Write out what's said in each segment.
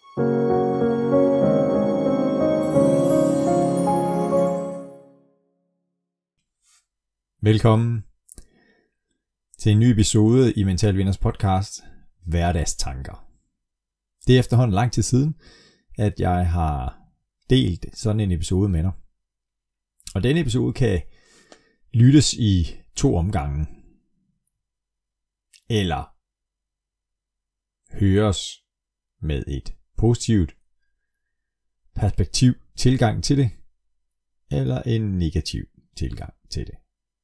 Velkommen til en ny episode i Mental Vinders podcast, Hverdagstanker. Det er efterhånden lang tid siden, at jeg har delt sådan en episode med dig. Og denne episode kan lyttes i 2 omgange. Eller høres med et positivt perspektiv tilgang til det, eller en negativ tilgang til det.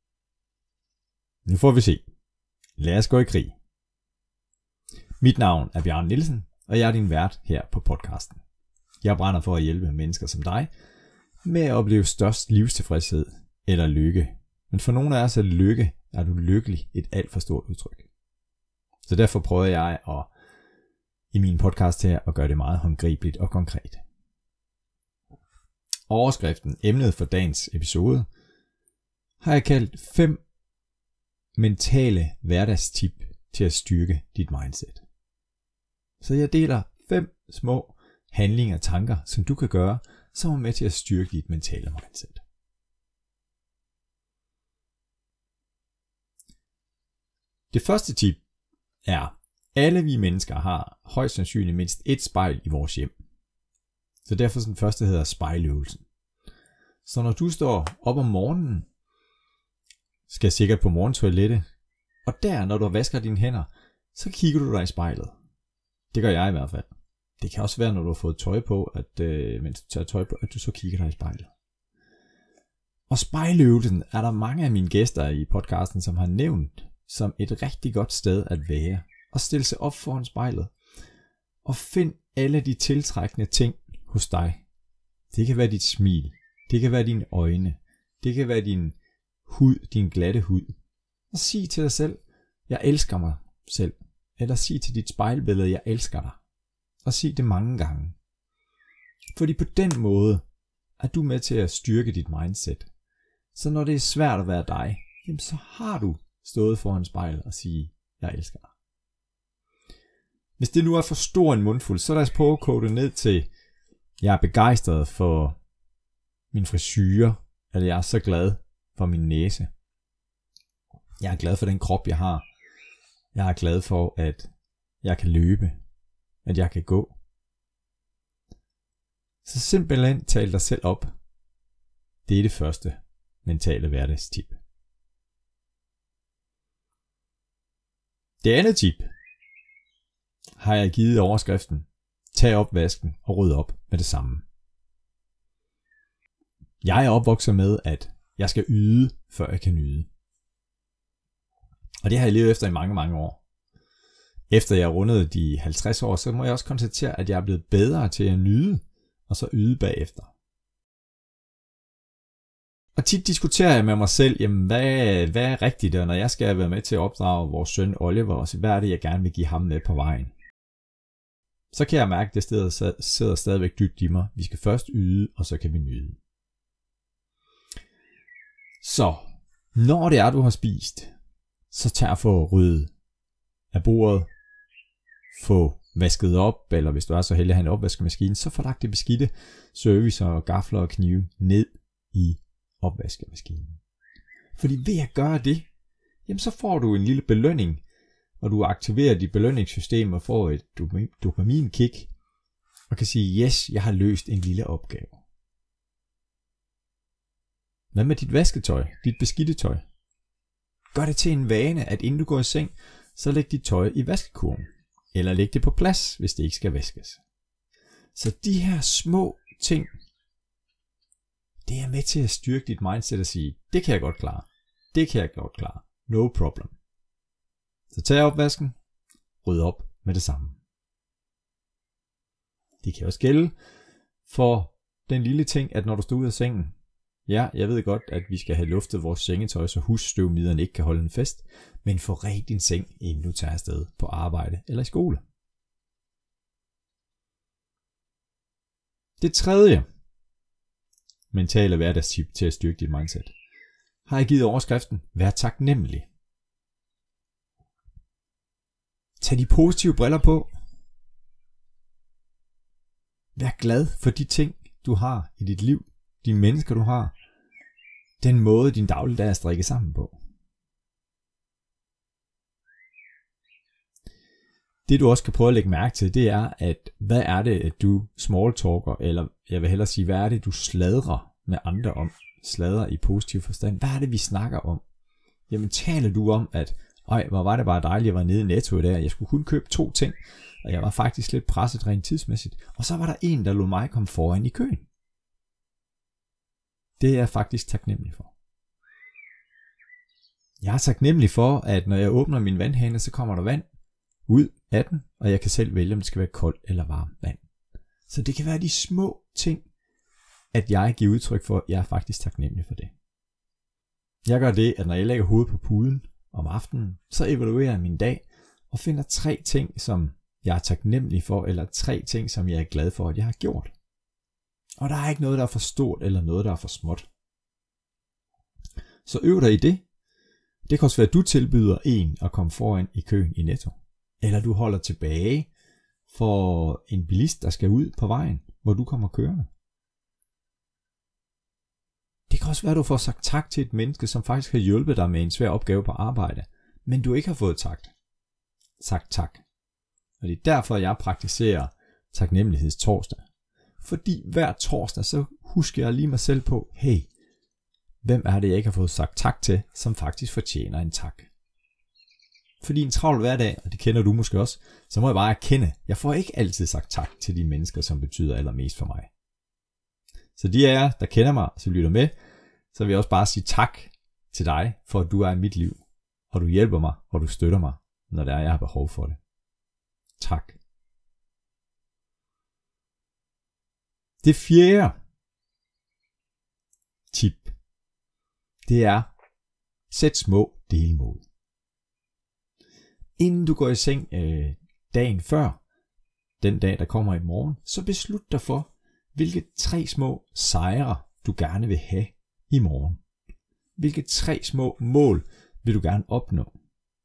Nu får vi se. Lad os gå i krig. Mit navn er Bjarne Nielsen, og jeg er din vært her på podcasten. Jeg brænder for at hjælpe mennesker som dig med at opleve størst livstilfredshed eller lykke. Men for nogle af os er lykke, er du lykkelig, et alt for stort udtryk. Så derfor prøver jeg i min podcast her at gøre det meget håndgribeligt og konkret. Overskriften, emnet for dagens episode, har jeg kaldt 5 mentale hverdagstip til at styrke dit mindset. Så jeg deler 5 små handlinger og tanker, som du kan gøre, som er med til at styrke dit mentale mindset. Det første tip er, alle vi mennesker har højst sandsynligt mindst 1 spejl i vores hjem. Så derfor den første hedder spejløvelsen. Så når du står op om morgenen, skal sikkert på morgentoilettet, og der, når du vasker dine hænder, så kigger du dig i spejlet. Det gør jeg i hvert fald. Det kan også være, når du har fået tøj på, at mens du tager tøj på, at du så kigger dig i spejlet. Og spejløvelsen er der mange af mine gæster i podcasten, som har nævnt som et rigtig godt sted at være, og stille sig op foran spejlet, og find alle de tiltrækkende ting hos dig. Det kan være dit smil, det kan være dine øjne, det kan være din hud, din glatte hud. Og sig til dig selv, jeg elsker mig selv. Eller sig til dit spejlbillede, jeg elsker dig. Og sig det mange gange. Fordi på den måde er du med til at styrke dit mindset. Så når det er svært at være dig, jamen så har du stået foran spejlet og sige, jeg elsker dig. Hvis det nu er for stor en mundfuld, så lad os prøve at koge det ned til, jeg er begejstret for min frisyre, eller jeg er så glad for min næse. Jeg er glad for den krop, jeg har. Jeg er glad for, at jeg kan løbe, at jeg kan gå. Så simpelthen tal dig selv op. Det er det første mentale hverdagstip. Det andet tip har jeg givet overskriften, tag opvasken og ryd op med det samme. Jeg er opvokset med, at jeg skal yde, før jeg kan nyde. Og det har jeg levet efter i mange, mange år. Efter jeg rundede de 50 år, så må jeg også konstatere, at jeg er blevet bedre til at nyde, og så yde bagefter. Og tit diskuterer jeg med mig selv, jamen hvad er rigtigt, og når jeg skal være med til at opdrage vores søn Oliver, og hvad er det, jeg gerne vil give ham med på vejen. Så kan jeg mærke, at det sidder stadigvæk dybt i mig. Vi skal først yde, og så kan vi nyde. Så, når det er, du har spist, så tag at få ryddet af bordet, få vasket op, eller hvis du er så heldig at have en opvaskemaskine, så få lagt det beskidte service og gafler og knive ned i opvaskemaskinen. Fordi ved at gøre det, jamen så får du en lille belønning, og du aktiverer dit belønningssystem og får et dopaminkick, og kan sige, yes, jeg har løst en lille opgave. Hvad med dit vasketøj, dit beskidte tøj? Gør det til en vane, at inden du går i seng, så læg dit tøj i vaskekurven. Eller læg det på plads, hvis det ikke skal vaskes. Så de her små ting, det er med til at styrke dit mindset og sige, det kan jeg godt klare. Det kan jeg godt klare. No problem. Så tag opvasken, ryd op med det samme. Det kan også gælde for den lille ting, at når du står ud af sengen, ja, jeg ved godt, at vi skal have luftet vores sengetøj, så husstøvmiderne ikke kan holde en fest, men få rent din seng, inden du tager afsted på arbejde eller i skole. Det tredje mentale hverdagstip til at styrke dit mindset, har jeg givet overskriften, vær taknemmelig. Tag de positive briller på. Vær glad for de ting, du har i dit liv, de mennesker, du har, den måde, din dagligdag er strikket sammen på. Det du også kan prøve at lægge mærke til, det er, at hvad er det, at du smalltalker, eller jeg vil hellere sige, hvad er det, du sladrer med andre om? Sladrer i positiv forstand. Hvad er det, vi snakker om? Jamen taler du om, at hvor var det bare dejligt, jeg var nede i Netto i dag, jeg skulle kun købe 2 ting, og jeg var faktisk lidt presset rent tidsmæssigt. Og så var der en, der lod mig komme foran i køen. Det er jeg faktisk taknemmelig for. Jeg er taknemmelig for, at når jeg åbner min vandhane, så kommer der vand ud af den, og jeg kan selv vælge, om det skal være koldt eller varmt vand. Så det kan være de små ting, at jeg giver udtryk for, at jeg er faktisk taknemmelig for det. Jeg gør det, at når jeg lægger hovedet på puden om aftenen, så evaluerer jeg min dag og finder 3 ting, som jeg er taknemmelig for, eller 3 ting, som jeg er glad for, at jeg har gjort. Og der er ikke noget, der er for stort, eller noget, der er for småt. Så øv dig i det. Det kan også være, at du tilbyder en at komme foran i køen i Netto. Eller du holder tilbage for en bilist, der skal ud på vejen, hvor du kommer kørende. Det kan også være, at du får sagt tak til et menneske, som faktisk har hjulpet dig med en svær opgave på arbejde, men du ikke har fået sagt tak. Og det er derfor, jeg praktiserer taknemmelighedstorsdag. Fordi hver torsdag, så husker jeg lige mig selv på, hey, hvem er det, jeg ikke har fået sagt tak til, som faktisk fortjener en tak? Fordi en travl hverdag, og det kender du måske også, så må jeg bare erkende, jeg får ikke altid sagt tak til de mennesker, som betyder allermest for mig. Så de af jer, der kender mig, så lytter med, så vil jeg også bare sige tak til dig, for at du er i mit liv, og du hjælper mig, og du støtter mig, når det er, jeg har behov for det. Tak. Det 4. tip, det er, sæt små delmål. Inden du går i seng dagen før, den dag der kommer i morgen, så beslut dig for, hvilke 3 små sejre du gerne vil have i morgen. Hvilke 3 små mål vil du gerne opnå.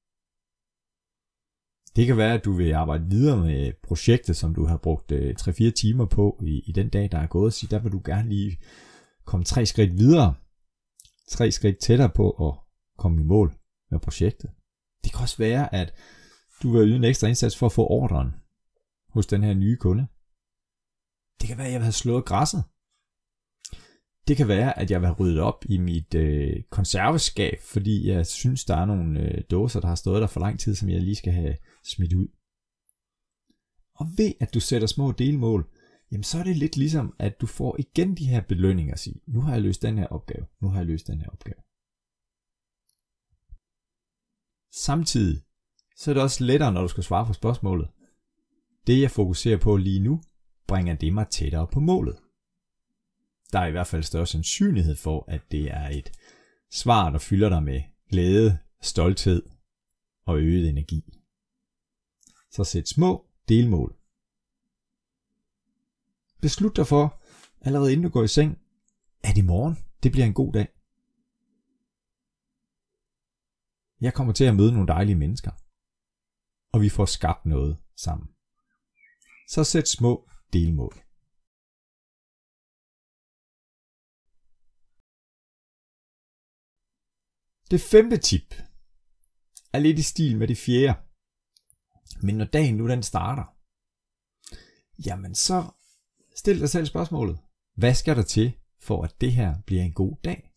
Det kan være, at du vil arbejde videre med projektet, som du har brugt 3-4 timer på i den dag, der er gået. Så der vil du gerne lige komme 3 skridt videre. 3 skridt tættere på at komme i mål med projektet. Det kan også være, at du vil yde en ekstra indsats for at få ordren hos den her nye kunde. Det kan være, at jeg vil have slået græsset. Det kan være, at jeg vil have ryddet op i mit konserveskab, fordi jeg synes, der er nogle dåser, der har stået der for lang tid, som jeg lige skal have smidt ud. Og ved at du sætter små delmål, jamen så er det lidt ligesom, at du får igen de her belønninger at sige, nu har jeg løst den her opgave, nu har jeg løst den her opgave. Samtidig, så er det også lettere, når du skal svare på spørgsmålet. Det jeg fokuserer på lige nu, bringer det mig tættere på målet. Der er i hvert fald større sandsynlighed for, at det er et svar, der fylder dig med glæde, stolthed og øget energi. Så sæt små delmål. Beslut dig for, allerede inden du går i seng, at i morgen, det bliver en god dag. Jeg kommer til at møde nogle dejlige mennesker, og vi får skabt noget sammen. Så sæt små delmål. Det 5. tip er lidt i stil med det 4. Men når dagen nu den starter, jamen så stil dig selv spørgsmålet. Hvad skal der til for at det her bliver en god dag?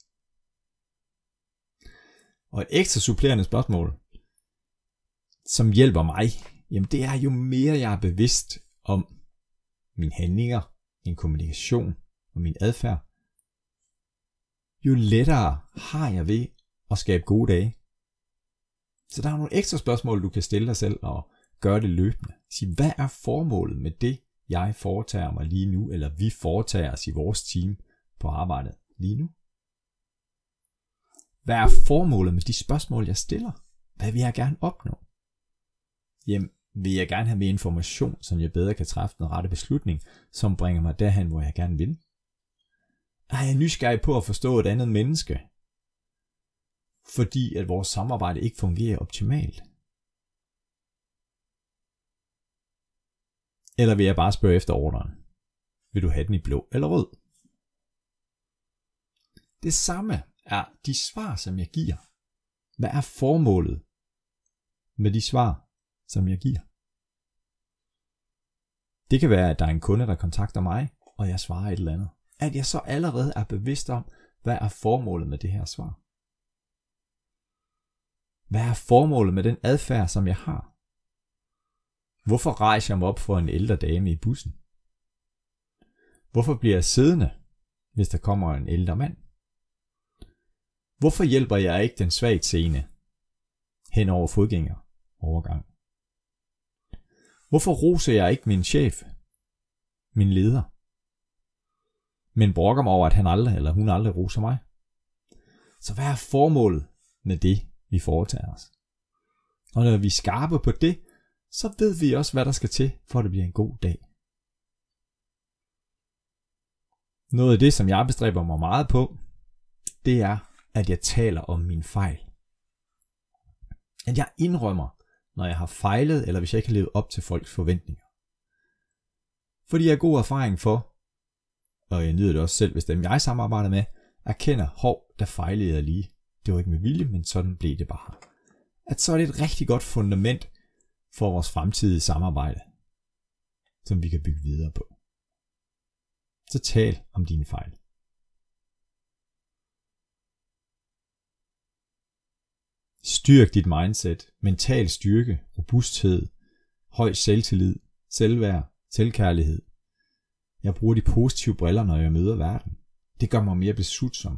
Og et ekstra supplerende spørgsmål, som hjælper mig, jamen det er jo mere jeg er bevidst om mine handlinger, min kommunikation og min adfærd, jo lettere har jeg ved at skabe gode dage. Så der er nogle ekstra spørgsmål, du kan stille dig selv og gøre det løbende. Sig, hvad er formålet med det, jeg foretager mig lige nu, eller vi foretager os i vores team på arbejdet lige nu? Hvad er formålet med de spørgsmål, jeg stiller? Hvad vil jeg gerne opnå? Jamen, vil jeg gerne have mere information, som jeg bedre kan træffe den rette beslutning, som bringer mig derhen, hvor jeg gerne vil? Er jeg nysgerrig på at forstå et andet menneske, fordi at vores samarbejde ikke fungerer optimalt? Eller vil jeg bare spørge efter ordren? Vil du have den i blå eller rød? Det samme er de svar, som jeg giver. Hvad er formålet med de svar, som jeg giver? Det kan være, at der er en kunde, der kontakter mig, og jeg svarer et eller andet. At jeg så allerede er bevidst om, hvad er formålet med det her svar? Hvad er formålet med den adfærd, som jeg har? Hvorfor rejser jeg mig op for en ældre dame i bussen? Hvorfor bliver jeg siddende, hvis der kommer en ældre mand? Hvorfor hjælper jeg ikke den svagtseende hen over fodgængerovergang? Hvorfor roser jeg ikke min chef, min leder, men brokker mig over, at han aldrig eller hun aldrig roser mig? Så hvad er formålet med det, vi foretager os? Og når vi er skarpe på det, så ved vi også, hvad der skal til, for at det bliver en god dag. Noget af det, som jeg bestræber mig meget på, det er, at jeg taler om min fejl. At jeg indrømmer, når jeg har fejlet, eller hvis jeg ikke har levet op til folks forventninger. Fordi jeg har god erfaring for, og jeg nyder det også selv, hvis dem jeg samarbejder med, erkender, der fejlede jeg lige. Det var ikke med vilje, men sådan blev det bare. At så er det et rigtig godt fundament for vores fremtidige samarbejde, som vi kan bygge videre på. Så tal om dine fejl. Styrk dit mindset, mental styrke, robusthed, høj selvtillid, selvværd, selvkærlighed. Jeg bruger de positive briller, når jeg møder verden. Det gør mig mere beslutsom.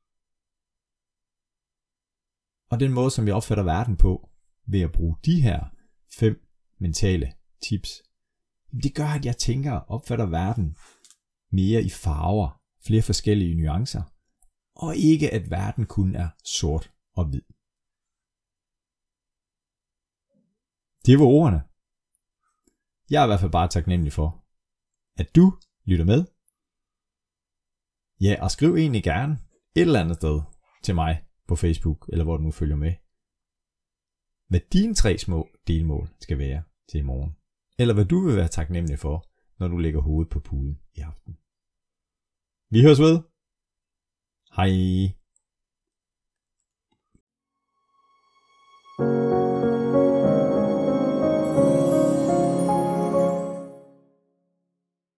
Og den måde, som jeg opfatter verden på, ved at bruge de her 5 mentale tips, det gør, at jeg tænker og opfatter verden mere i farver, flere forskellige nuancer, og ikke at verden kun er sort og hvid. Det var ordene. Jeg er i hvert fald bare taknemmelig for, at du lytter med. Ja, og skriv egentlig gerne et eller andet sted til mig på Facebook, eller hvor du nu følger med, hvad dine 3 små delmål skal være til i morgen. Eller hvad du vil være taknemmelig for, når du lægger hovedet på puden i aften. Vi høres ved. Hej.